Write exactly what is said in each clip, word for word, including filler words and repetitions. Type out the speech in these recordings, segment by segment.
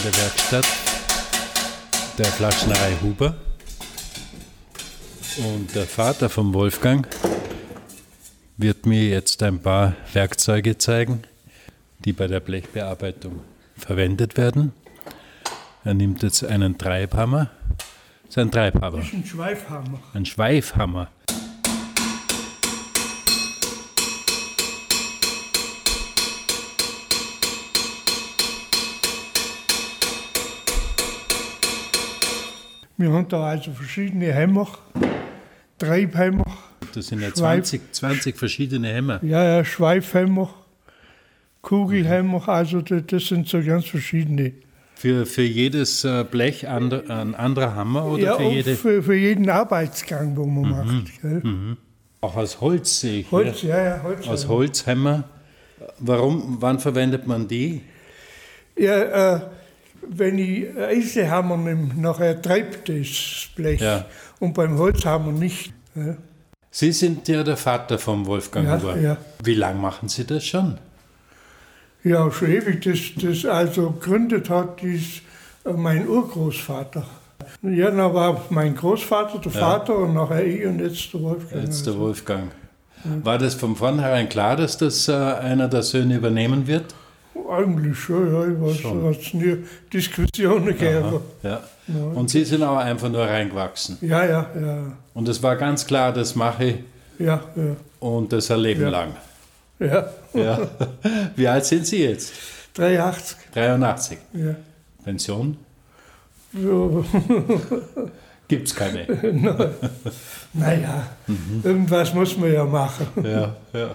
der Werkstatt der Flaschnerei Huber. Und der Vater von Wolfgang wird mir jetzt ein paar Werkzeuge zeigen, die bei der Blechbearbeitung verwendet werden. Er nimmt jetzt einen Treibhammer. Das ist ein Treibhammer. Das ist ein Schweifhammer. Ein Schweifhammer. Wir haben da also verschiedene Hämmer, Treibhämmer. Das sind ja zwanzig, zwanzig verschiedene Hämmer. Ja, ja, Schweifhämmer, Kugelhämmer, also das, das sind so ganz verschiedene. Für, für jedes Blech and, ein anderer Hammer oder ja, für jede? Für, für jeden Arbeitsgang, wo man mhm. macht. Gell? Mhm. Auch aus Holz sehe ich. Holz, ja, ja, ja Holz. Aus Holzhämmer. Warum, wann verwendet man die? Ja, äh, wenn ich Eisenhammer nehme, nachher treibt das Blech. Ja. Und beim Holzhammer nicht. Ja. Sie sind ja der Vater von Wolfgang ja, Huber. Ja. Wie lange machen Sie das schon? Ja, schon ewig. Das, das also gegründet hat, ist mein Urgroßvater. Ja, dann war mein Großvater der ja. Vater und nachher ich und jetzt der Wolfgang. Jetzt der Wolfgang. Ja. War das von vornherein klar, dass das äh, einer der Söhne übernehmen wird? Eigentlich schon, ja. Ich weiß, hat es nie Diskussionen gegeben. Ja. Ja. Und Sie sind auch einfach nur reingewachsen? Ja, ja, ja. Und es war ganz klar, das mache ich. Ja, ja. Und das ein Leben ja. lang? Ja. Ja. Wie alt sind Sie jetzt? dreiundachtzig. dreiundachtzig? Ja. Pension? Ja. Gibt es keine? Naja, mhm. irgendwas muss man ja machen. Ja, ja.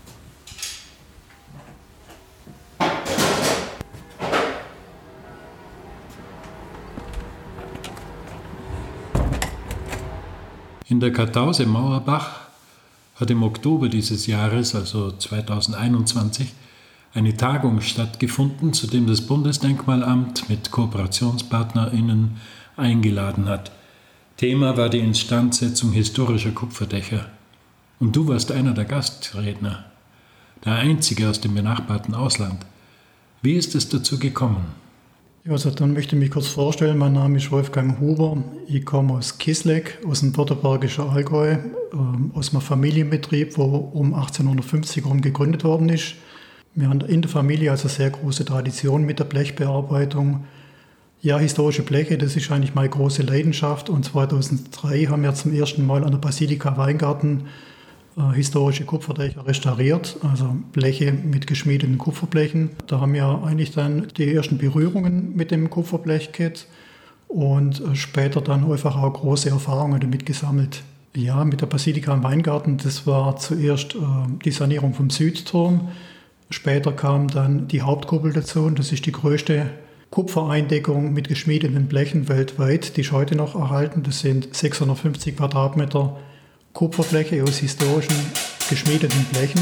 In der Kartause Mauerbach hat im Oktober dieses Jahres, also zweitausendeinundzwanzig, eine Tagung stattgefunden, zu dem das Bundesdenkmalamt mit KooperationspartnerInnen eingeladen hat. Thema war die Instandsetzung historischer Kupferdächer. Und du warst einer der Gastredner, der einzige aus dem benachbarten Ausland. Wie ist es dazu gekommen? Also dann möchte ich mich kurz vorstellen. Mein Name ist Wolfgang Huber. Ich komme aus Kisleck, aus dem württembergischen Allgäu, ähm, aus einem Familienbetrieb, wo um achtzehnhundertfünfzig herum gegründet worden ist. Wir haben in der Familie also sehr große Tradition mit der Blechbearbeitung. Ja, historische Bleche, das ist eigentlich meine große Leidenschaft. Und zweitausenddrei haben wir zum ersten Mal an der Basilika Weingarten äh, historische Kupferdächer restauriert, also Bleche mit geschmiedeten Kupferblechen. Da haben wir eigentlich dann die ersten Berührungen mit dem Kupferblechkit und äh, später dann einfach auch große Erfahrungen damit gesammelt. Ja, mit der Basilika im Weingarten, das war zuerst äh, die Sanierung vom Südturm. Später kam dann die Hauptkuppel dazu und das ist die größte Kupfereindeckung mit geschmiedeten Blechen weltweit, die ist heute noch erhalten. Das sind sechshundertfünfzig Quadratmeter Kupferbleche aus historischen geschmiedeten Blechen.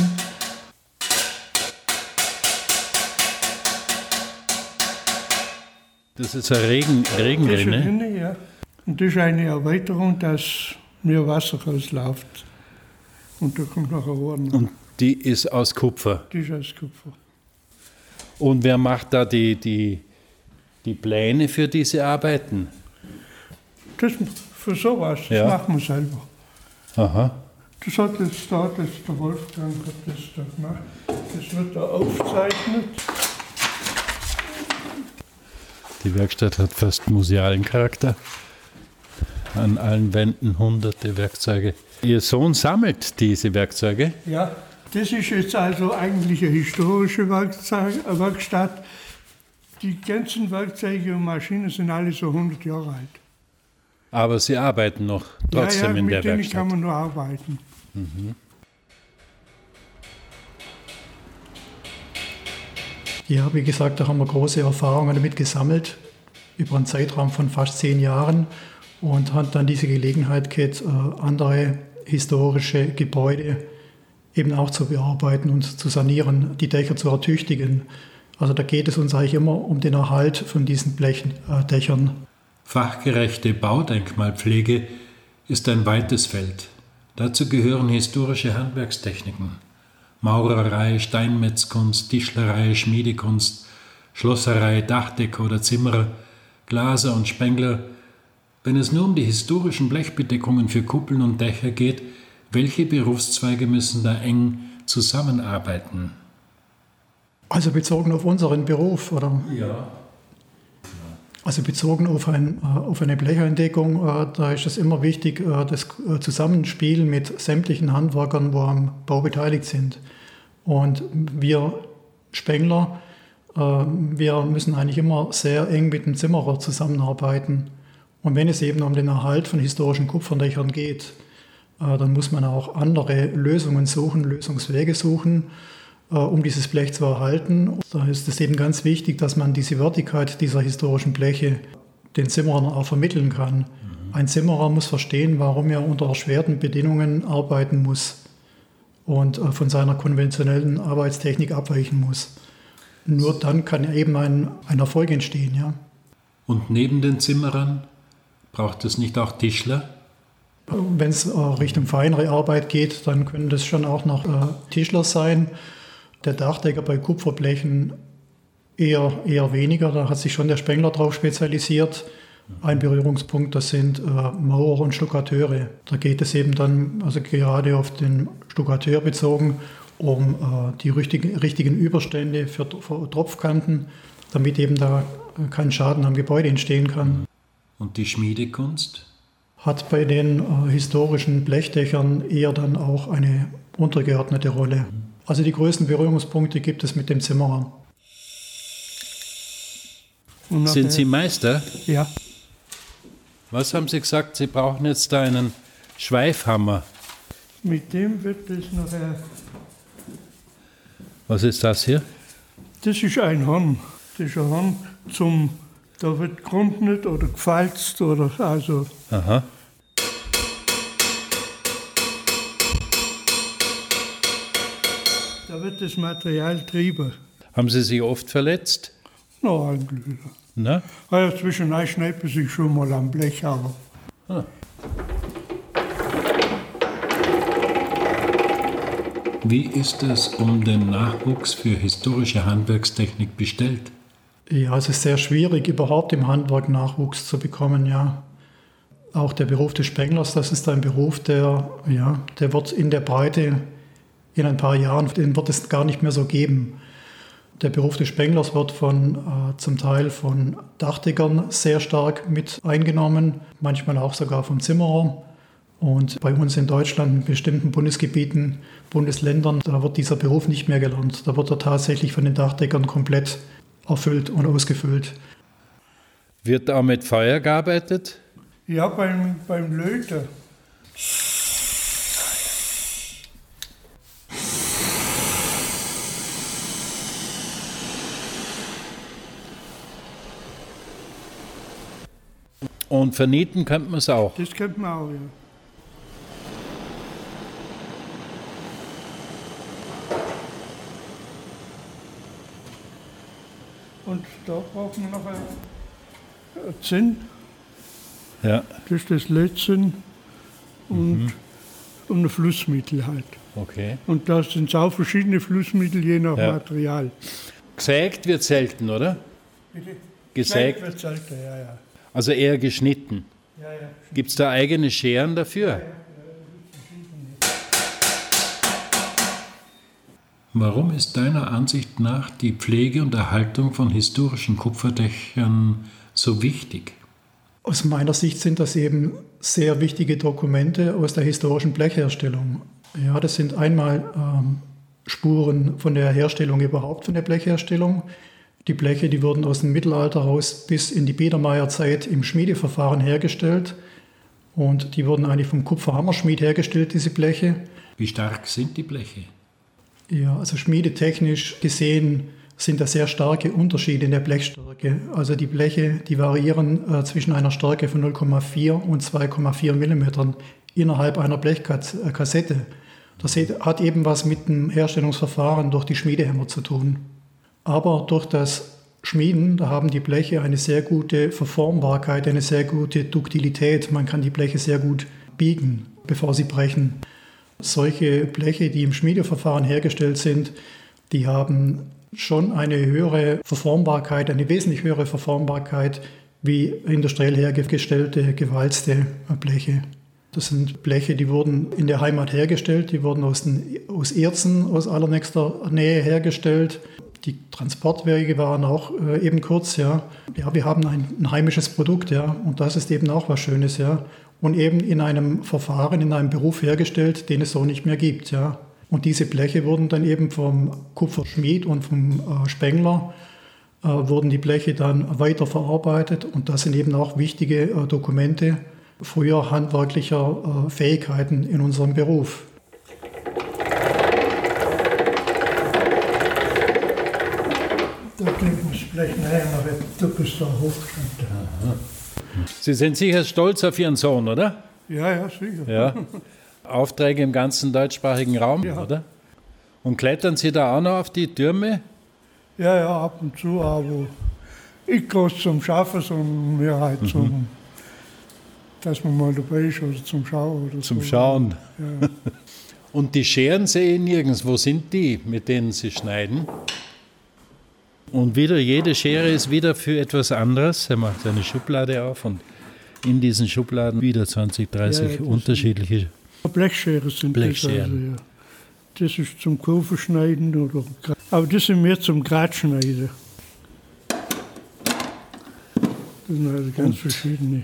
Das ist eine Regen, Regenrinne. Das ist eine Rinne, ja. Und das ist eine Erweiterung, dass mir Wasser rausläuft. Und da kommt noch ein Warn. Und die ist aus Kupfer? Die ist aus Kupfer. Und wer macht da die, die, die Pläne für diese Arbeiten? Das, für sowas, das ja. machen wir selber. Aha. Das hat jetzt da, das der Wolfgang hat das da gemacht. Das wird da aufgezeichnet. Die Werkstatt hat fast musealen Charakter. An allen Wänden hunderte Werkzeuge. Ihr Sohn sammelt diese Werkzeuge? Ja, das ist jetzt also eigentlich eine historische Werkzeug, eine Werkstatt. Die ganzen Werkzeuge und Maschinen sind alle so hundert Jahre alt. Aber Sie arbeiten noch trotzdem ja, ja, in der Werkstatt? mit denen kann man nur arbeiten. Mhm. Ja, wie gesagt, da haben wir große Erfahrungen damit gesammelt, über einen Zeitraum von fast zehn Jahren und haben dann diese Gelegenheit gehabt, andere historische Gebäude eben auch zu bearbeiten und zu sanieren, die Dächer zu ertüchtigen. Also da geht es uns eigentlich immer um den Erhalt von diesen Blechdächern. Fachgerechte Baudenkmalpflege ist ein weites Feld. Dazu gehören historische Handwerkstechniken, Maurerei, Steinmetzkunst, Tischlerei, Schmiedekunst, Schlosserei, Dachdecker oder Zimmerer, Glaser und Spengler. Wenn es nur um die historischen Blechbedeckungen für Kuppeln und Dächer geht, welche Berufszweige müssen da eng zusammenarbeiten? Also bezogen auf unseren Beruf, oder? Ja. Also bezogen auf, ein, auf eine Blecheindeckung, da ist es immer wichtig, das Zusammenspiel mit sämtlichen Handwerkern, wo am Bau beteiligt sind. Und wir Spengler, wir müssen eigentlich immer sehr eng mit dem Zimmerer zusammenarbeiten. Und wenn es eben um den Erhalt von historischen Kupferdächern geht, dann muss man auch andere Lösungen suchen, Lösungswege suchen, um dieses Blech zu erhalten. Da ist es eben ganz wichtig, dass man diese Wertigkeit dieser historischen Bleche den Zimmerern auch vermitteln kann. Mhm. Ein Zimmerer muss verstehen, warum er unter erschwerten Bedingungen arbeiten muss und von seiner konventionellen Arbeitstechnik abweichen muss. Nur dann kann eben ein, ein Erfolg entstehen. Ja. Und neben den Zimmerern braucht es nicht auch Tischler? Wenn es Richtung feinere Arbeit geht, dann können das schon auch noch äh, Tischler sein. Der Dachdecker bei Kupferblechen eher, eher weniger, da hat sich schon der Spengler drauf spezialisiert. Ein Berührungspunkt, das sind äh, Maurer und Stuckateure. Da geht es eben dann, also gerade auf den Stuckateur bezogen, um äh, die richtigen, richtigen Überstände für, für Tropfkanten, damit eben da kein Schaden am Gebäude entstehen kann. Und die Schmiedekunst? Hat bei den äh, historischen Blechdächern eher dann auch eine untergeordnete Rolle. Also die größten Berührungspunkte gibt es mit dem Zimmerer. Sind Sie Meister? Ja. Was haben Sie gesagt? Sie brauchen jetzt da einen Schweifhammer. Mit dem wird es nachher... Was ist das hier? Das ist ein Horn. Das ist ein Horn zum... Da wird gerundet oder gefalzt oder also... Aha. Da wird das Material trieben. Haben Sie sich oft verletzt? Na, eigentlich. Na? Also zwischendurch schneiden sich schon mal am Blech, aber... Ah. Wie ist es um den Nachwuchs für historische Handwerkstechnik bestellt? Ja, es ist sehr schwierig, überhaupt im Handwerk Nachwuchs zu bekommen, ja. Auch der Beruf des Spenglers, das ist ein Beruf, der, ja, der wird in der Breite in ein paar Jahren, den wird es gar nicht mehr so geben. Der Beruf des Spenglers wird von, äh, zum Teil von Dachdeckern sehr stark mit eingenommen, manchmal auch sogar vom Zimmerer. Und bei uns in Deutschland, in bestimmten Bundesgebieten, Bundesländern, da wird dieser Beruf nicht mehr gelernt. Da wird er tatsächlich von den Dachdeckern komplett erfüllt und ausgefüllt. Wird da mit Feuer gearbeitet? Ja, beim, beim Löten. Und vernieten könnte man es auch? Das könnte man auch, ja. Und da brauchen wir noch ein Zinn. Ja. Das ist das Lötzinn und, mhm. und ein Flussmittel halt. Okay. Und da sind auch verschiedene Flussmittel, je nach ja. Material. Gesägt wird selten, oder? Bitte? Gesägt wird selten, ja, ja. Also eher geschnitten. Ja, ja. Gibt es da eigene Scheren dafür? Ja, ja. Warum ist deiner Ansicht nach die Pflege und Erhaltung von historischen Kupferdächern so wichtig? Aus meiner Sicht sind das eben sehr wichtige Dokumente aus der historischen Blechherstellung. Ja, das sind einmal ähm, Spuren von der Herstellung überhaupt, von der Blechherstellung. Die Bleche, die wurden aus dem Mittelalter raus bis in die Biedermeierzeit im Schmiedeverfahren hergestellt. Und die wurden eigentlich vom Kupferhammerschmied hergestellt, diese Bleche. Wie stark sind die Bleche? Ja, also schmiedetechnisch gesehen sind da sehr starke Unterschiede in der Blechstärke. Also die Bleche, die variieren äh, zwischen einer Stärke von null Komma vier und zwei Komma vier Millimetern innerhalb einer Blechkassette. Das hat eben was mit dem Herstellungsverfahren durch die Schmiedehämmer zu tun. Aber durch das Schmieden, da haben die Bleche eine sehr gute Verformbarkeit, eine sehr gute Duktilität. Man kann die Bleche sehr gut biegen, bevor sie brechen. Solche Bleche, die im Schmiedeverfahren hergestellt sind, die haben schon eine höhere Verformbarkeit, eine wesentlich höhere Verformbarkeit wie industriell hergestellte, gewalzte Bleche. Das sind Bleche, die wurden in der Heimat hergestellt, die wurden aus, den, aus Erzen aus allernächster Nähe hergestellt. Die Transportwege waren auch äh, eben kurz. Ja. Ja, wir haben ein, ein heimisches Produkt, ja, und das ist eben auch was Schönes. Ja. Und eben in einem Verfahren, in einem Beruf hergestellt, den es so nicht mehr gibt. Ja. Und diese Bleche wurden dann eben vom Kupferschmied und vom äh, Spengler, äh, wurden die Bleche dann weiter verarbeitet. Und das sind eben auch wichtige äh, Dokumente früher handwerklicher äh, Fähigkeiten in unserem Beruf. Da kriegen wir es vielleicht näher, aber du bist da hochgekommen. Sie sind sicher stolz auf Ihren Sohn, oder? Ja, ja, sicher. Ja. Aufträge im ganzen deutschsprachigen Raum, ja. Oder? Und klettern Sie da auch noch auf die Türme? Ja, ja, ab und zu, aber ich groß zum Schaffen, sondern mehr halt mhm. zum, dass man mal dabei ist oder zum Schauen. Oder zum so. Schauen. Ja. Und die Scheren sehe ich nirgends. Wo sind die, mit denen Sie schneiden? Und wieder, jede Schere ist wieder für etwas anderes. Er macht eine Schublade auf und in diesen Schubladen wieder zwanzig, dreißig ja, ja, unterschiedliche Blechscheren sind Blechscheren. Das, also, ja. Das ist zum Kurvenschneiden, oder, aber das sind mehr zum Gradschneiden. Das sind also ganz und verschiedene.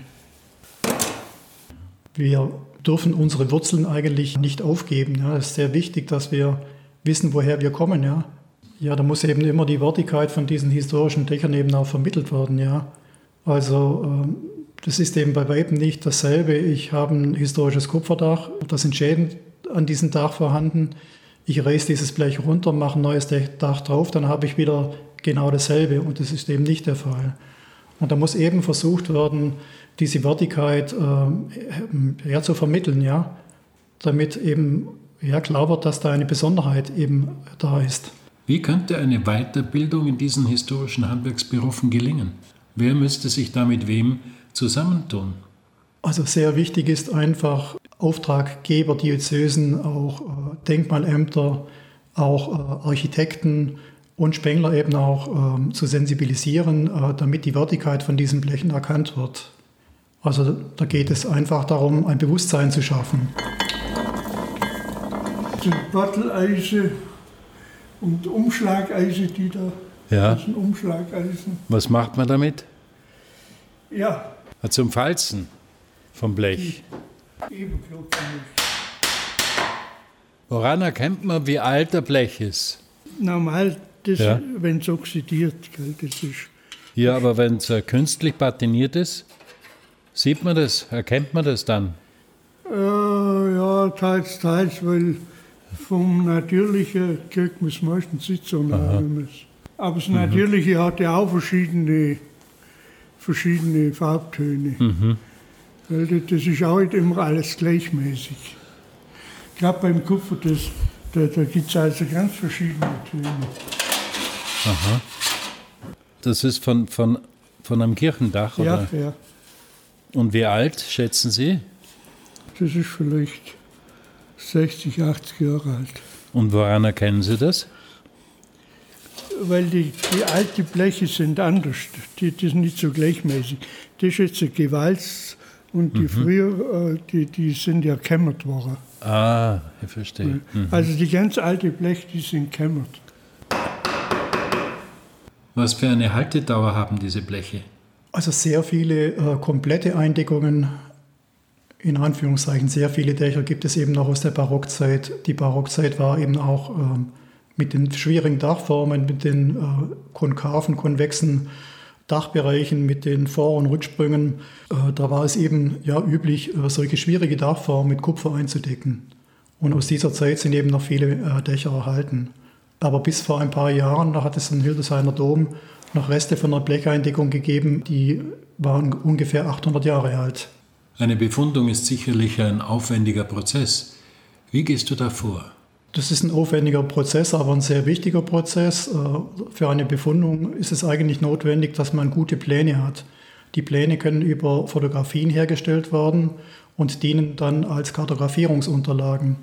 Wir dürfen unsere Wurzeln eigentlich nicht aufgeben. Ja. Es ist sehr wichtig, dass wir wissen, woher wir kommen. Ja. Ja, da muss eben immer die Wertigkeit von diesen historischen Dächern eben auch vermittelt werden. Ja. Also äh, das ist eben bei weitem nicht dasselbe. Ich habe ein historisches Kupferdach, da sind Schäden an diesem Dach vorhanden. Ich reiße dieses Blech runter, mache ein neues Dach drauf, dann habe ich wieder genau dasselbe und das ist eben nicht der Fall. Und da muss eben versucht werden, diese Wertigkeit äh, ja, zu vermitteln, ja, damit eben ja, klar wird, dass da eine Besonderheit eben da ist. Wie könnte eine Weiterbildung in diesen historischen Handwerksberufen gelingen? Wer müsste sich da mit wem zusammentun? Also sehr wichtig ist einfach Auftraggeber, Diözesen, auch äh, Denkmalämter, auch äh, Architekten und Spengler eben auch äh, zu sensibilisieren, äh, damit die Wertigkeit von diesen Blechen erkannt wird. Also da geht es einfach darum, ein Bewusstsein zu schaffen. Das sind Batteleisen und Umschlageisen, die da, ja. Das sind Umschlageisen. Was macht man damit? Ja. Zum Falzen vom Blech. Woran erkennt man, wie alt der Blech ist? Normal, ja. wenn es oxidiert. Gell, das ist ja, aber wenn es äh, künstlich patiniert ist, sieht man das, erkennt man das dann? Äh, ja, teils, teils, weil vom Natürlichen kriegt man es meistens nicht so nah. Aber das Natürliche mhm. hat ja auch verschiedene verschiedene Farbtöne. Mhm. Das ist auch nicht immer alles gleichmäßig. Gerade beim Kupfer, das, da, da gibt es also ganz verschiedene Töne. Aha. Das ist von, von, von einem Kirchendach, oder? Ja, ja. Und wie alt, schätzen Sie? Das ist vielleicht sechzig, achtzig Jahre alt. Und woran erkennen Sie das? Weil die, die alten Bleche sind anders, die, die sind nicht so gleichmäßig. Das ist jetzt ein Gewalz und die mhm. früher, die, die sind ja kämmert worden. Ah, ich verstehe. Mhm. Also die ganz alten Bleche, die sind kämmert. Was für eine Haltedauer haben diese Bleche? Also sehr viele äh, komplette Eindeckungen, in Anführungszeichen sehr viele Dächer gibt es eben noch aus der Barockzeit. Die Barockzeit war eben auch ähm, mit den schwierigen Dachformen, mit den äh, konkaven, konvexen Dachbereichen, mit den Vor- und Rücksprüngen. Äh, da war es eben ja, üblich, äh, solche schwierige Dachformen mit Kupfer einzudecken. Und aus dieser Zeit sind eben noch viele äh, Dächer erhalten. Aber bis vor ein paar Jahren, da hat es in Hildesheimer Dom noch Reste von einer Blecheindeckung gegeben, die waren ungefähr achthundert Jahre alt. Eine Befundung ist sicherlich ein aufwendiger Prozess. Wie gehst du da vor? Das ist ein aufwendiger Prozess, aber ein sehr wichtiger Prozess. Für eine Befundung ist es eigentlich notwendig, dass man gute Pläne hat. Die Pläne können über Fotografien hergestellt werden und dienen dann als Kartografierungsunterlagen.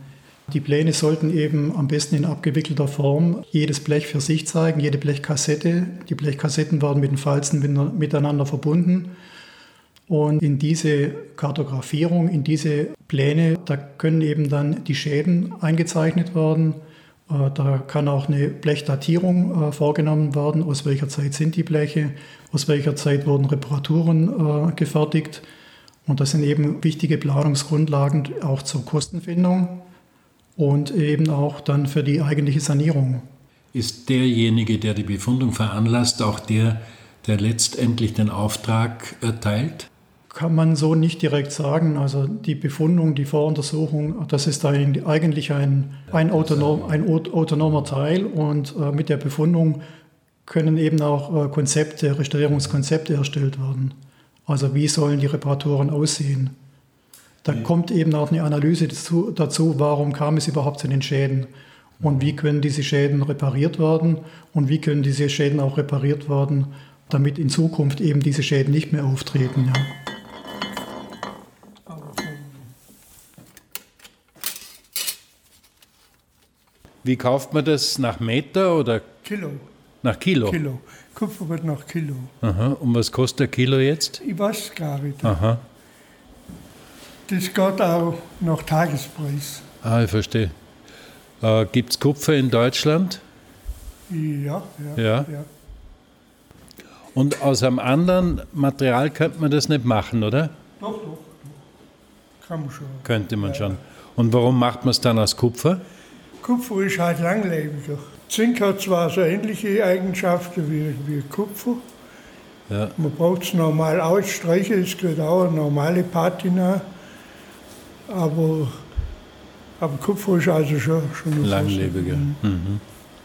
Die Pläne sollten eben am besten in abgewickelter Form jedes Blech für sich zeigen, jede Blechkassette. Die Blechkassetten werden mit den Falzen miteinander verbunden. Und in diese Kartografierung, in diese Pläne, da können eben dann die Schäden eingezeichnet werden. Da kann auch eine Blechdatierung vorgenommen werden, aus welcher Zeit sind die Bleche, aus welcher Zeit wurden Reparaturen gefertigt. Und das sind eben wichtige Planungsgrundlagen auch zur Kostenfindung und eben auch dann für die eigentliche Sanierung. Ist derjenige, der die Befundung veranlasst, auch der, der letztendlich den Auftrag erteilt? Kann man so nicht direkt sagen. Also die Befundung, die Voruntersuchung, das ist ein, eigentlich ein, ein, autonom, ein autonomer Teil. Und äh, mit der Befundung können eben auch äh, Konzepte, Restaurierungskonzepte erstellt werden. Also wie sollen die Reparaturen aussehen? Da ja. kommt eben auch eine Analyse dazu, dazu, warum kam es überhaupt zu den Schäden und wie können diese Schäden repariert werden und wie können diese Schäden auch repariert werden, damit in Zukunft eben diese Schäden nicht mehr auftreten. Ja. Wie kauft man das? Nach Meter oder? Kilo. Nach Kilo? Kilo. Kupfer wird nach Kilo. Aha. Und was kostet der Kilo jetzt? Ich weiß es gar nicht. Aha. Das geht auch nach Tagespreis. Ah, ich verstehe. Äh, Gibt es Kupfer in Deutschland? Ja, ja, ja. ja. Und aus einem anderen Material könnte man das nicht machen, oder? Doch, doch, doch. Kann man schon. Könnte man ja, schon. Ja. Und warum macht man es dann aus Kupfer? Kupfer ist halt langlebiger. Zink hat zwar so ähnliche Eigenschaften wie, wie Kupfer. Ja. Man braucht es normal ausstreichen, es gehört auch eine normale Patina. Aber, aber Kupfer ist also schon, schon langlebiger. Mhm.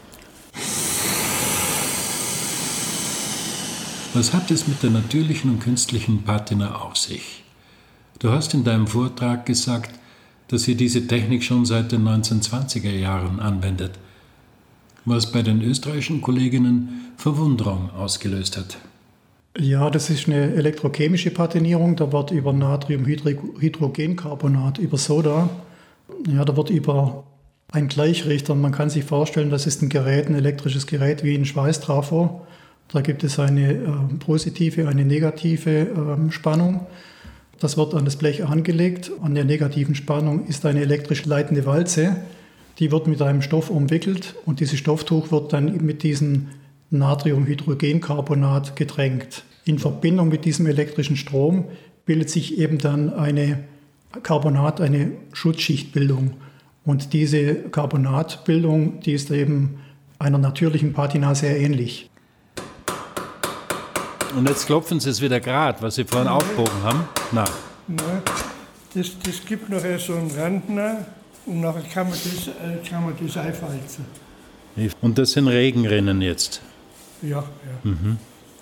Was hat es mit der natürlichen und künstlichen Patina auf sich? Du hast in deinem Vortrag gesagt, dass ihr diese Technik schon seit den neunzehnhundertzwanziger Jahren anwendet, was bei den österreichischen Kolleginnen Verwunderung ausgelöst hat. Ja, das ist eine elektrochemische Patinierung. Da wird über Natriumhydrogencarbonat, über Soda, ja, da wird über einen Gleichrichter, man kann sich vorstellen, das ist ein Gerät, ein elektrisches Gerät wie ein Schweißtrafo. Da gibt es eine äh, positive, eine negative äh, Spannung. Das wird an das Blech angelegt. An der negativen Spannung ist eine elektrisch leitende Walze. Die wird mit einem Stoff umwickelt und dieses Stofftuch wird dann mit diesem Natriumhydrogencarbonat getränkt. In Verbindung mit diesem elektrischen Strom bildet sich eben dann eine Carbonat, eine Schutzschichtbildung. Und diese Carbonatbildung, die ist eben einer natürlichen Patina sehr ähnlich. Und jetzt klopfen Sie es wieder gerade, was Sie vorhin aufgebogen haben. Na. Nein, das, das gibt nachher so einen Rand nach und nachher kann man das, kann man das einfalzen. Und das sind Regenrinnen jetzt? Ja, ja. Mhm.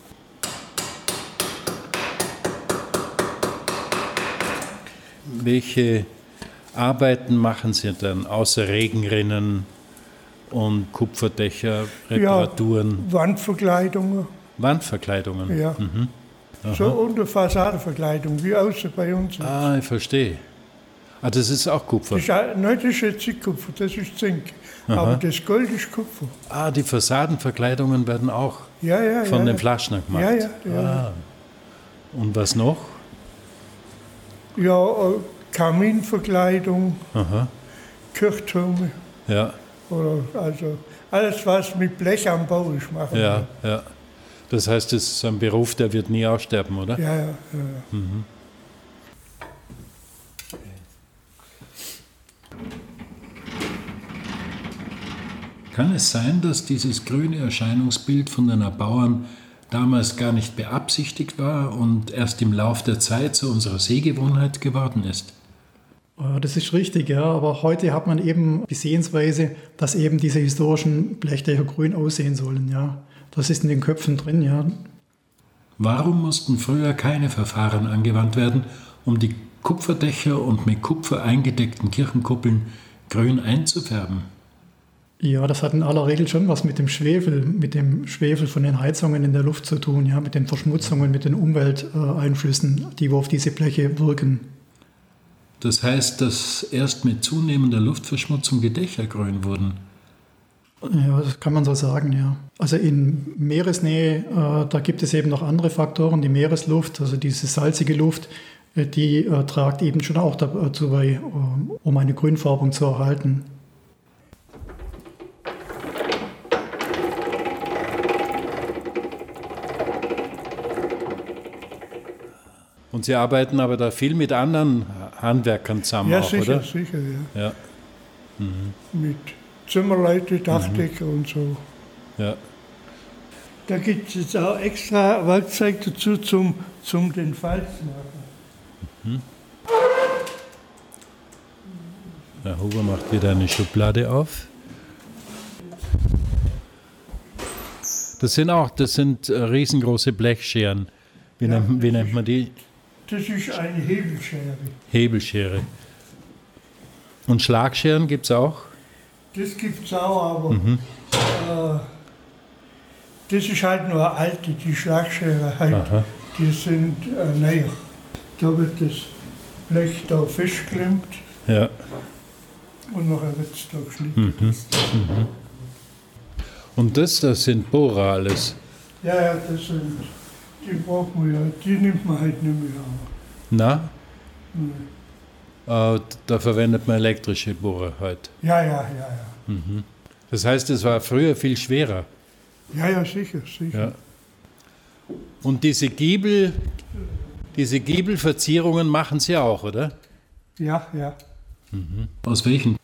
Welche Arbeiten machen Sie dann, außer Regenrinnen und Kupferdächer, Reparaturen? Ja, Wandverkleidungen. Wandverkleidungen? Ja. Mhm. So unter Fassadenverkleidung, wie außen bei uns. Ah, ich verstehe. Ah, das ist auch Kupfer? Das ist, nein, das ist jetzt nicht Kupfer, das ist Zink. Aha. Aber das Gold ist Kupfer. Ah, die Fassadenverkleidungen werden auch ja, ja, von ja, den ja. Flaschen gemacht? Ja, ja. ja. Ah. Und was noch? Ja, Kaminverkleidung, Aha. Kirchtürme. Ja. Oder also alles, was mit Blech am Bau ist, machen ja, wir. Ja. Das heißt, es ist ein Beruf, der wird nie aussterben, oder? Ja, ja. ja. Mhm. Kann es sein, dass dieses grüne Erscheinungsbild von den Erbauern damals gar nicht beabsichtigt war und erst im Lauf der Zeit zu unserer Sehgewohnheit geworden ist? Das ist richtig, ja, aber heute hat man eben die Sehensweise, dass eben diese historischen Blechdächer grün aussehen sollen, ja. Das ist in den Köpfen drin, ja. Warum mussten früher keine Verfahren angewandt werden, um die Kupferdächer und mit Kupfer eingedeckten Kirchenkuppeln grün einzufärben? Ja, das hat in aller Regel schon was mit dem Schwefel, mit dem Schwefel von den Heizungen in der Luft zu tun, ja, mit den Verschmutzungen, mit den Umwelteinflüssen, die auf diese Bleche wirken. Das heißt, dass erst mit zunehmender Luftverschmutzung die Dächer grün wurden. Ja, das kann man so sagen, ja. Also in Meeresnähe, äh, da gibt es eben noch andere Faktoren. Die Meeresluft, also diese salzige Luft, äh, die äh, tragt eben schon auch dazu bei, äh, um eine Grünfärbung zu erhalten. Und Sie arbeiten aber da viel mit anderen Handwerkern zusammen, ja, auch, sicher, oder? sicher, ja. Ja. Mhm. Mit Zimmerleute, Dachdecker mhm. und so. Ja. Da gibt es jetzt auch extra Werkzeug dazu, zum, zum den Falz machen. Mhm. Der Huber macht wieder eine Schublade auf. Das sind auch, das sind äh, riesengroße Blechscheren. Wie, ja, nennt, wie nennt man die? Das ist eine Hebelschere. Hebelschere. Und Schlagscheren gibt es auch? Das gibt es auch, aber mhm. äh, das ist halt nur eine alte, die Schlagschere halt. Aha. Die sind äh, neuer. Da wird das Blech da festgeklemmt. Ja. Und nachher wird es da geschnitten. Mhm. Mhm. Und das, das sind Bohrer alles? Ja, ja, das sind, die braucht man ja, die nimmt man halt nicht mehr. Na? Nee. Äh, da verwendet man elektrische Bohrer heute? Ja, ja, ja, ja. Mhm. Das heißt, es war früher viel schwerer? Ja, ja, sicher, sicher. Ja. Und diese Giebel, diese Giebelverzierungen machen Sie auch, oder? Ja, ja. Mhm. Aus welchen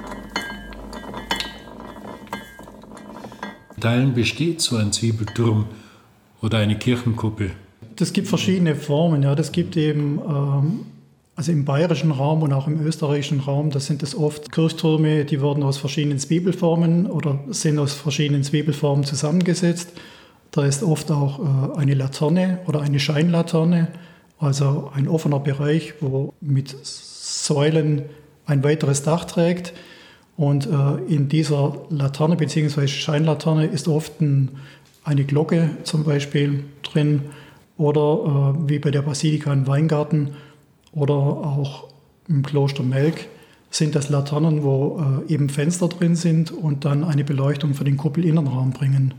Teilen besteht so ein Zwiebelturm oder eine Kirchenkuppel? Das gibt verschiedene Formen. Ja. Das gibt eben, ähm, also im bayerischen Raum und auch im österreichischen Raum, das sind es oft Kirchtürme, die werden aus verschiedenen Zwiebelformen oder sind aus verschiedenen Zwiebelformen zusammengesetzt. Da ist oft auch äh, eine Laterne oder eine Scheinlaterne, also ein offener Bereich, wo mit Säulen ein weiteres Dach trägt. Und äh, in dieser Laterne bzw. Scheinlaterne ist oft ein, eine Glocke zum Beispiel drin oder äh, wie bei der Basilika in Weingarten oder auch im Kloster Melk sind das Laternen, wo äh, eben Fenster drin sind und dann eine Beleuchtung für den Kuppelinnenraum bringen.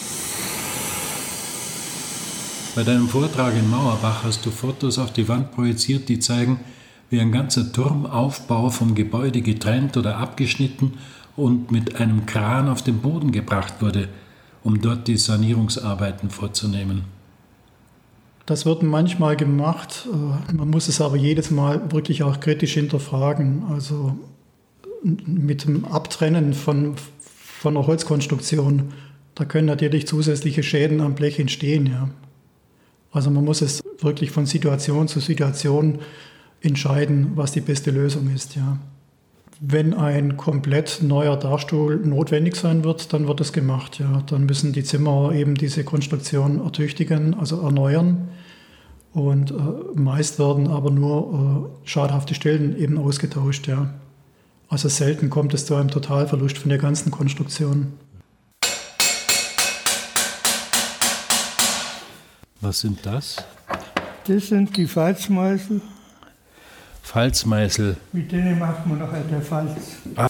Bei deinem Vortrag in Mauerbach hast du Fotos auf die Wand projiziert, die zeigen, wie ein ganzer Turmaufbau vom Gebäude getrennt oder abgeschnitten und mit einem Kran auf den Boden gebracht wurde, um dort die Sanierungsarbeiten vorzunehmen. Das wird manchmal gemacht, man muss es aber jedes Mal wirklich auch kritisch hinterfragen. Also mit dem Abtrennen von, von einer Holzkonstruktion, da können natürlich zusätzliche Schäden am Blech entstehen. Ja. Also man muss es wirklich von Situation zu Situation entscheiden, was die beste Lösung ist. Ja. Wenn ein komplett neuer Dachstuhl notwendig sein wird, dann wird es gemacht. Ja. Dann müssen die Zimmerer eben diese Konstruktion ertüchtigen, also erneuern. Und äh, meist werden aber nur äh, schadhafte Stellen eben ausgetauscht. Ja. Also selten kommt es zu einem Totalverlust von der ganzen Konstruktion. Was sind das? Das sind die Falzmeißel. Falzmeißel. Mit denen macht man nachher der Falz. Ah.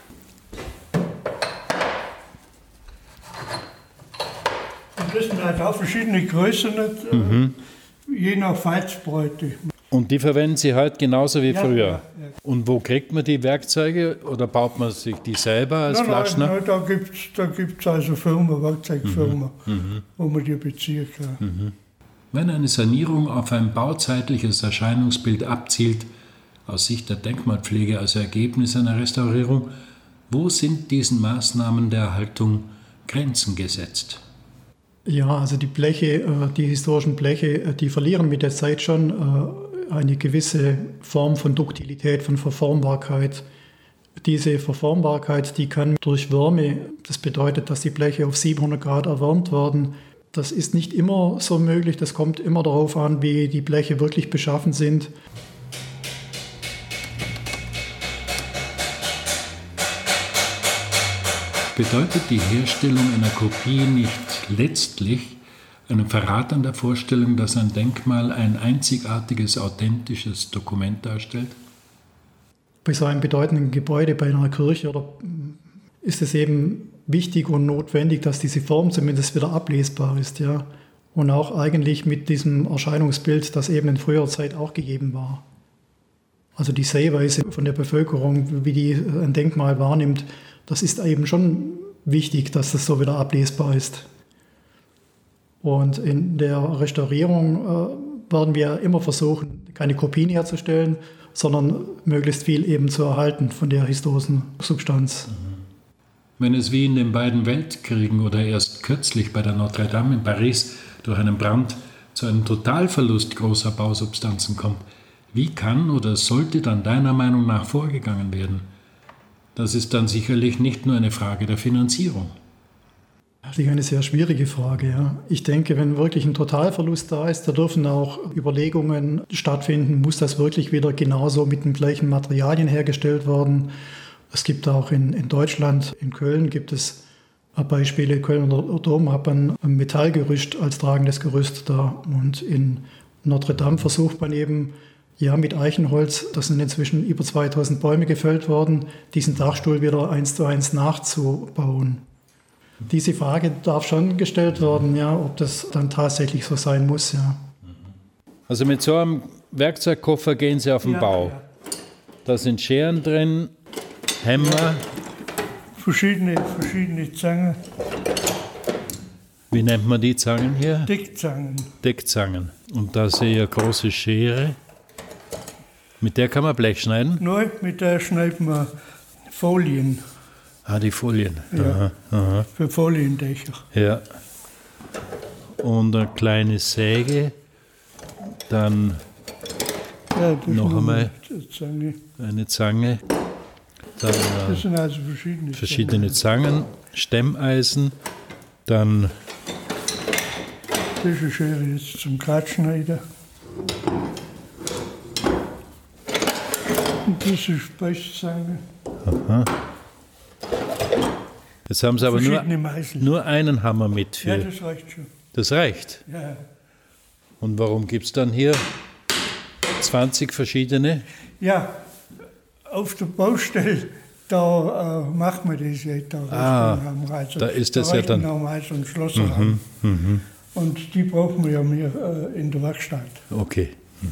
Und das sind halt auch verschiedene Größen, mhm. je nach Falzbreite. Und die verwenden Sie heute genauso wie ja, früher? Ja, ja. Und wo kriegt man die Werkzeuge oder baut man sich die selber als nein, Flaschner? Nein, nein, da gibt es da gibt's also Firmen, Werkzeugfirmen, mhm. wo man die beziehen kann. Mhm. Wenn eine Sanierung auf ein bauzeitliches Erscheinungsbild abzielt, aus Sicht der Denkmalpflege als Ergebnis einer Restaurierung, wo sind diesen Maßnahmen der Erhaltung Grenzen gesetzt? Ja, also die Bleche, die historischen Bleche, die verlieren mit der Zeit schon eine gewisse Form von Duktilität, von Verformbarkeit. Diese Verformbarkeit, die kann durch Wärme, das bedeutet, dass die Bleche auf siebenhundert Grad erwärmt werden. Das ist nicht immer so möglich, das kommt immer darauf an, wie die Bleche wirklich beschaffen sind. Bedeutet die Herstellung einer Kopie nicht letztlich einen Verrat an der Vorstellung, dass ein Denkmal ein einzigartiges, authentisches Dokument darstellt? bei so einem bedeutenden Gebäude, bei einer Kirche, oder ist es eben wichtig und notwendig, dass diese Form zumindest wieder ablesbar ist, ja. Und auch eigentlich mit diesem Erscheinungsbild, das eben in früherer Zeit auch gegeben war. Also die Sehweise von der Bevölkerung, wie die ein Denkmal wahrnimmt, das ist eben schon wichtig, dass das so wieder ablesbar ist. Und in der Restaurierung äh, werden wir immer versuchen, keine Kopien herzustellen, sondern möglichst viel eben zu erhalten von der historischen Substanz. Wenn es wie in den beiden Weltkriegen oder erst kürzlich bei der Notre Dame in Paris durch einen Brand zu einem Totalverlust großer Bausubstanzen kommt, wie kann oder sollte dann deiner Meinung nach vorgegangen werden? Das ist dann sicherlich nicht nur eine Frage der Finanzierung. Das ist eine sehr schwierige Frage. Ja. Ich denke, wenn wirklich ein Totalverlust da ist, da dürfen auch Überlegungen stattfinden, muss das wirklich wieder genauso mit den gleichen Materialien hergestellt werden. Es gibt auch in, in Deutschland, in Köln gibt es Beispiele. Kölner Dom hat man ein Metallgerüst als tragendes Gerüst da. Und in Notre Dame versucht man eben, ja, mit Eichenholz, das sind inzwischen über zweitausend Bäume gefällt worden, diesen Dachstuhl wieder eins zu eins nachzubauen. Diese Frage darf schon gestellt werden, ja, ob das dann tatsächlich so sein muss. Ja. Also mit so einem Werkzeugkoffer gehen Sie auf den ja, Bau. Ja. Da sind Scheren drin, Hämmer. Verschiedene, verschiedene Zangen. Wie nennt man die Zangen hier? Deckzangen. Deckzangen. Und da sehe ich eine große Schere. Mit der kann man Blech schneiden? Nein, mit der schneiden wir Folien. Ah, die Folien. Ja. Aha, aha. Für Foliendächer. Ja. Und eine kleine Säge. Dann ja, noch einmal eine Zange. eine Zange. Dann äh, das sind also verschiedene, verschiedene Zangen, Stemmeisen. Dann das ist eine Schere jetzt zum Gradschneiden. Und das ist Brechzange. Aha. Jetzt haben Sie aber nur, nur einen Hammer mit. Für, ja, das reicht schon. Das reicht? Ja. Und warum gibt es dann hier zwanzig verschiedene? Ja, auf der Baustelle, da äh, macht man das ja. Da, ah, also, da ist das da ja dann... damals ein Schlosserrahmen. Mhm, mhm. Und die brauchen wir ja mehr äh, in der Werkstatt. Okay.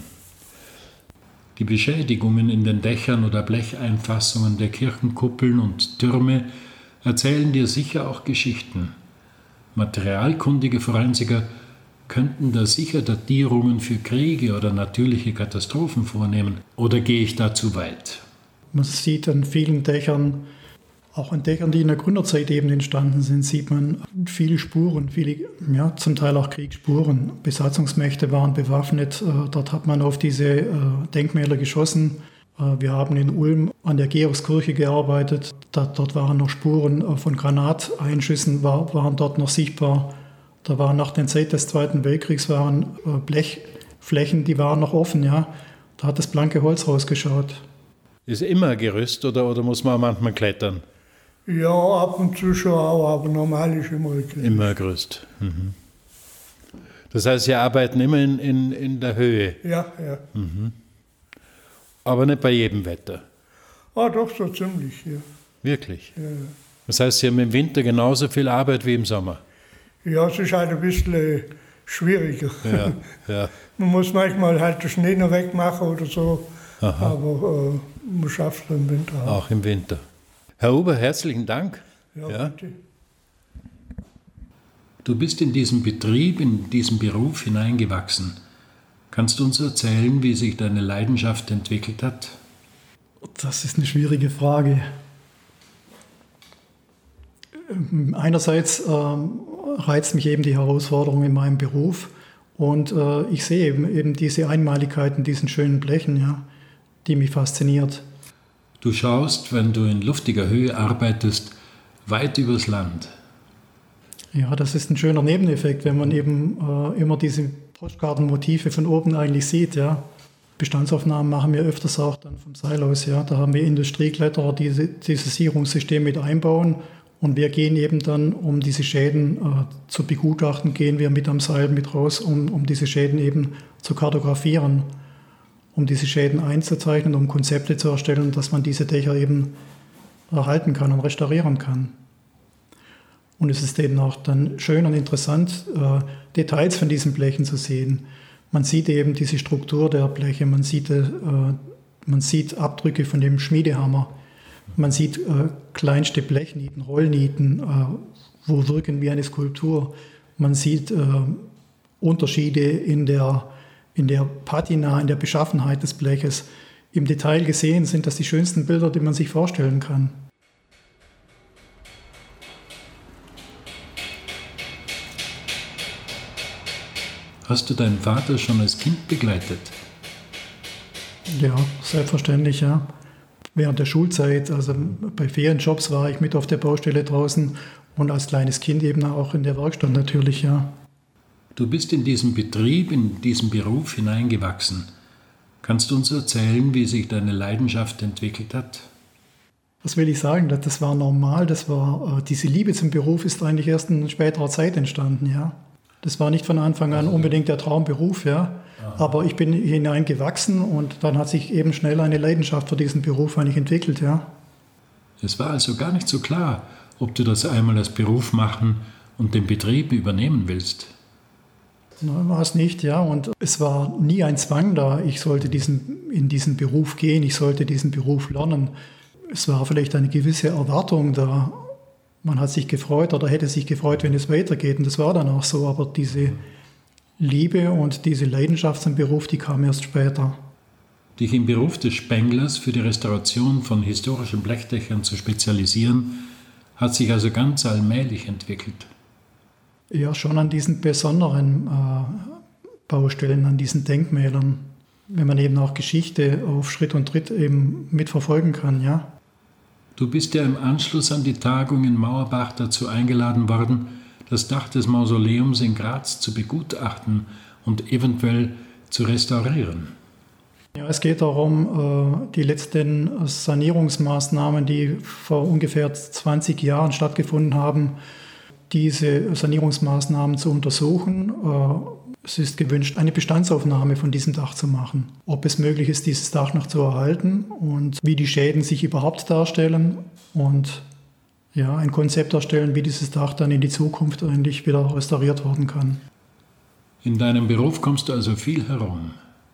Die Beschädigungen in den Dächern oder Blecheinfassungen der Kirchenkuppeln und Türme erzählen dir sicher auch Geschichten. Materialkundige Forensiker könnten da sicher Datierungen für Kriege oder natürliche Katastrophen vornehmen. Oder gehe ich da zu weit? Man sieht an vielen Dächern, auch an Dächern, die in der Gründerzeit eben entstanden sind, sieht man viele Spuren, viele, ja, zum Teil auch Kriegsspuren. Besatzungsmächte waren bewaffnet, dort hat man auf diese Denkmäler geschossen. Wir haben in Ulm an der Georgskirche gearbeitet, dort waren noch Spuren von Granateinschüssen, waren dort noch sichtbar. Da waren nach der Zeit des Zweiten Weltkriegs waren Blechflächen, die waren noch offen, ja. Da hat das blanke Holz rausgeschaut. Ist immer Gerüst oder, oder muss man auch manchmal klettern? Ja, ab und zu schon auch, aber normal ist immer Gerüst. Immer Gerüst. Mhm. Das heißt, Sie arbeiten immer in, in, in der Höhe? Ja, ja. Mhm. Aber nicht bei jedem Wetter? Ah, doch, so ziemlich, ja. Wirklich? Ja. Das heißt, Sie haben im Winter genauso viel Arbeit wie im Sommer? Ja, es ist halt ein bisschen schwieriger. Ja, ja. Man muss manchmal halt den Schnee noch wegmachen oder so, Aha. aber äh, man schafft es im Winter auch. Auch im Winter. Herr Huber, herzlichen Dank. Ja, ja. bitte. Du bist in diesen Betrieb, in diesen Beruf hineingewachsen. Kannst du uns erzählen, wie sich deine Leidenschaft entwickelt hat? Das ist eine schwierige Frage. Einerseits ähm, reizt mich eben die Herausforderung in meinem Beruf und äh, ich sehe eben, eben diese Einmaligkeit in diesen schönen Blechen, ja, die mich fasziniert. Du schaust, wenn du in luftiger Höhe arbeitest, weit übers Land. Ja, das ist ein schöner Nebeneffekt, wenn man eben äh, immer diese Postkartenmotive von oben eigentlich sieht, ja. Bestandsaufnahmen machen wir öfters auch dann vom Seil aus, ja. Da haben wir Industriekletterer, die diese, dieses Sicherungssystem mit einbauen. Und wir gehen eben dann, um diese Schäden äh, zu begutachten, gehen wir mit am Seil mit raus, um, um diese Schäden eben zu kartografieren. um diese Schäden einzuzeichnen, um Konzepte zu erstellen, dass man diese Dächer eben erhalten kann und restaurieren kann. Und es ist eben auch dann schön und interessant, äh, Details von diesen Blechen zu sehen. Man sieht eben diese Struktur der Bleche, man sieht, äh, man sieht Abdrücke von dem Schmiedehammer, man sieht äh, kleinste Blechnieten, Rollnieten, äh, wo wirken wie eine Skulptur. Man sieht äh, Unterschiede in der, in der Patina, in der Beschaffenheit des Bleches. Im Detail gesehen sind das die schönsten Bilder, die man sich vorstellen kann. Hast du deinen Vater schon als Kind begleitet? Ja, selbstverständlich, ja. Während der Schulzeit, also bei Ferienjobs war ich mit auf der Baustelle draußen und als kleines Kind eben auch in der Werkstatt natürlich, ja. Du bist in diesen Betrieb, in diesen Beruf hineingewachsen. Kannst du uns erzählen, wie sich deine Leidenschaft entwickelt hat? Was will ich sagen? Das war normal, das war, diese Liebe zum Beruf ist eigentlich erst in späterer Zeit entstanden, ja. Das war nicht von Anfang an unbedingt der Traumberuf, ja. Aber ich bin hineingewachsen und dann hat sich eben schnell eine Leidenschaft für diesen Beruf eigentlich entwickelt, ja. Es war also gar nicht so klar, ob du das einmal als Beruf machen und den Betrieb übernehmen willst. Nein, war es nicht, ja. Und es war nie ein Zwang da, ich sollte diesen, in diesen Beruf gehen, ich sollte diesen Beruf lernen. Es war vielleicht eine gewisse Erwartung da. Man hat sich gefreut oder hätte sich gefreut, wenn es weitergeht. Und das war dann auch so. Aber diese Liebe und diese Leidenschaft zum Beruf, die kam erst später. Dich im Beruf des Spenglers für die Restauration von historischen Blechdächern zu spezialisieren, hat sich also ganz allmählich entwickelt. Ja, schon an diesen besonderen äh, Baustellen, an diesen Denkmälern, wenn man eben auch Geschichte auf Schritt und Tritt eben mitverfolgen kann, ja. Du bist ja im Anschluss an die Tagung in Mauerbach dazu eingeladen worden, das Dach des Mausoleums in Graz zu begutachten und eventuell zu restaurieren. Ja, es geht darum, die letzten Sanierungsmaßnahmen, die vor ungefähr zwanzig Jahren stattgefunden haben, diese Sanierungsmaßnahmen zu untersuchen. Es ist gewünscht, eine Bestandsaufnahme von diesem Dach zu machen. Ob es möglich ist, dieses Dach noch zu erhalten und wie die Schäden sich überhaupt darstellen und ja, ein Konzept erstellen, wie dieses Dach dann in die Zukunft eigentlich wieder restauriert werden kann. In deinem Beruf kommst du also viel herum?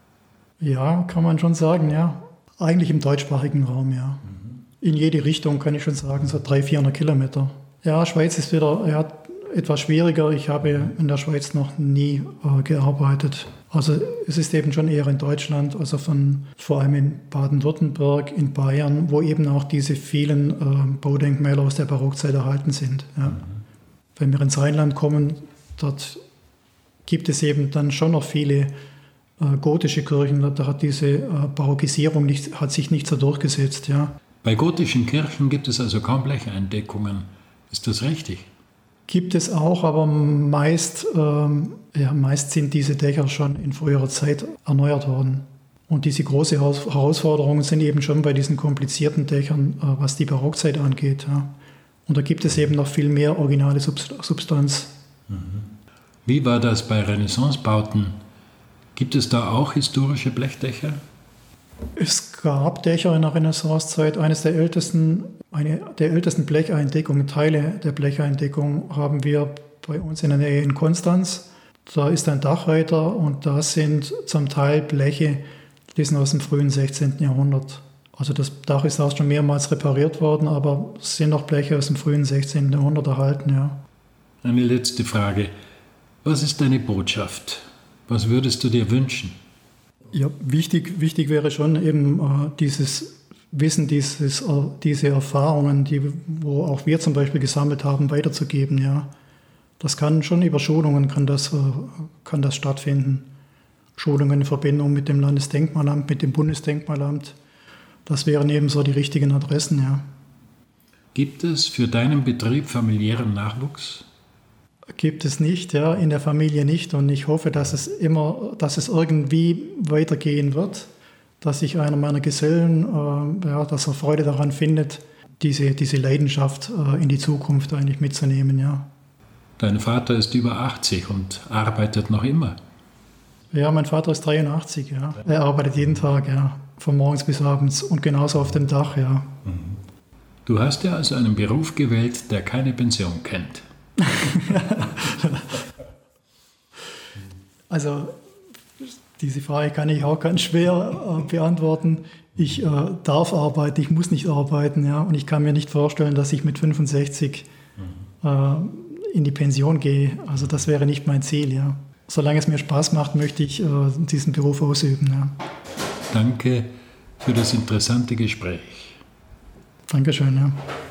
Ja, kann man schon sagen, ja. Eigentlich im deutschsprachigen Raum, ja. Mhm. In jede Richtung kann ich schon sagen, so dreihundert, vierhundert Kilometer. Ja, Schweiz ist wieder ja, etwas schwieriger. Ich habe in der Schweiz noch nie äh, gearbeitet. Also es ist eben schon eher in Deutschland, also von, vor allem in Baden-Württemberg, in Bayern, wo eben auch diese vielen äh, Baudenkmäler aus der Barockzeit erhalten sind. Ja. Mhm. Wenn wir ins Rheinland kommen, dort gibt es eben dann schon noch viele äh, gotische Kirchen. Da hat diese äh, Barockisierung nicht, hat sich nicht so durchgesetzt. Ja. Bei gotischen Kirchen gibt es also kaum Blecheindeckungen. Ist das richtig? Gibt es auch, aber meist, ähm, ja, meist sind diese Dächer schon in früherer Zeit erneuert worden. Und diese große Herausforderungen sind eben schon bei diesen komplizierten Dächern, äh, was die Barockzeit angeht. Ja. Und da gibt es eben noch viel mehr originale Substanz. Mhm. Wie war das bei Renaissancebauten? Gibt es da auch historische Blechdächer? Es gab Dächer in der Renaissancezeit. Eines der ältesten, eine der ältesten Blecheindeckungen, Teile der Blecheindeckung haben wir bei uns in der Nähe in Konstanz. Da ist ein Dachreiter und da sind zum Teil Bleche, die sind aus dem frühen sechzehnten Jahrhundert. Also das Dach ist auch schon mehrmals repariert worden, aber es sind noch Bleche aus dem frühen sechzehnten Jahrhundert erhalten, ja. Eine letzte Frage. Was ist deine Botschaft? Was würdest du dir wünschen? Ja, wichtig, wichtig wäre schon eben äh, dieses Wissen, dieses, äh, diese Erfahrungen, die wo auch wir zum Beispiel gesammelt haben, weiterzugeben. Ja. Das kann schon über Schulungen kann das, äh, kann das stattfinden. Schulungen in Verbindung mit dem Landesdenkmalamt, mit dem Bundesdenkmalamt. Das wären eben so die richtigen Adressen. Ja. Gibt es für deinen Betrieb familiären Nachwuchs? Gibt es nicht, ja, in der Familie nicht. Und ich hoffe, dass es immer, dass es irgendwie weitergehen wird, dass sich einer meiner Gesellen, äh, ja, dass er Freude daran findet, diese, diese Leidenschaft äh, in die Zukunft eigentlich mitzunehmen, ja. Dein Vater ist über achtzig und arbeitet noch immer. Ja, mein Vater ist dreiundachtzig, ja. Er arbeitet jeden Tag, ja, von morgens bis abends und genauso auf dem Dach, ja. Du hast ja also einen Beruf gewählt, der keine Pension kennt. Also, diese Frage kann ich auch ganz schwer äh, beantworten. Ich äh, darf arbeiten, ich muss nicht arbeiten, ja, und ich kann mir nicht vorstellen, dass ich mit fünfundsechzig äh, in die Pension gehe. Also das wäre nicht mein Ziel, ja. Solange es mir Spaß macht, möchte ich äh, diesen Beruf ausüben, ja. Danke für das interessante Gespräch. Dankeschön, ja.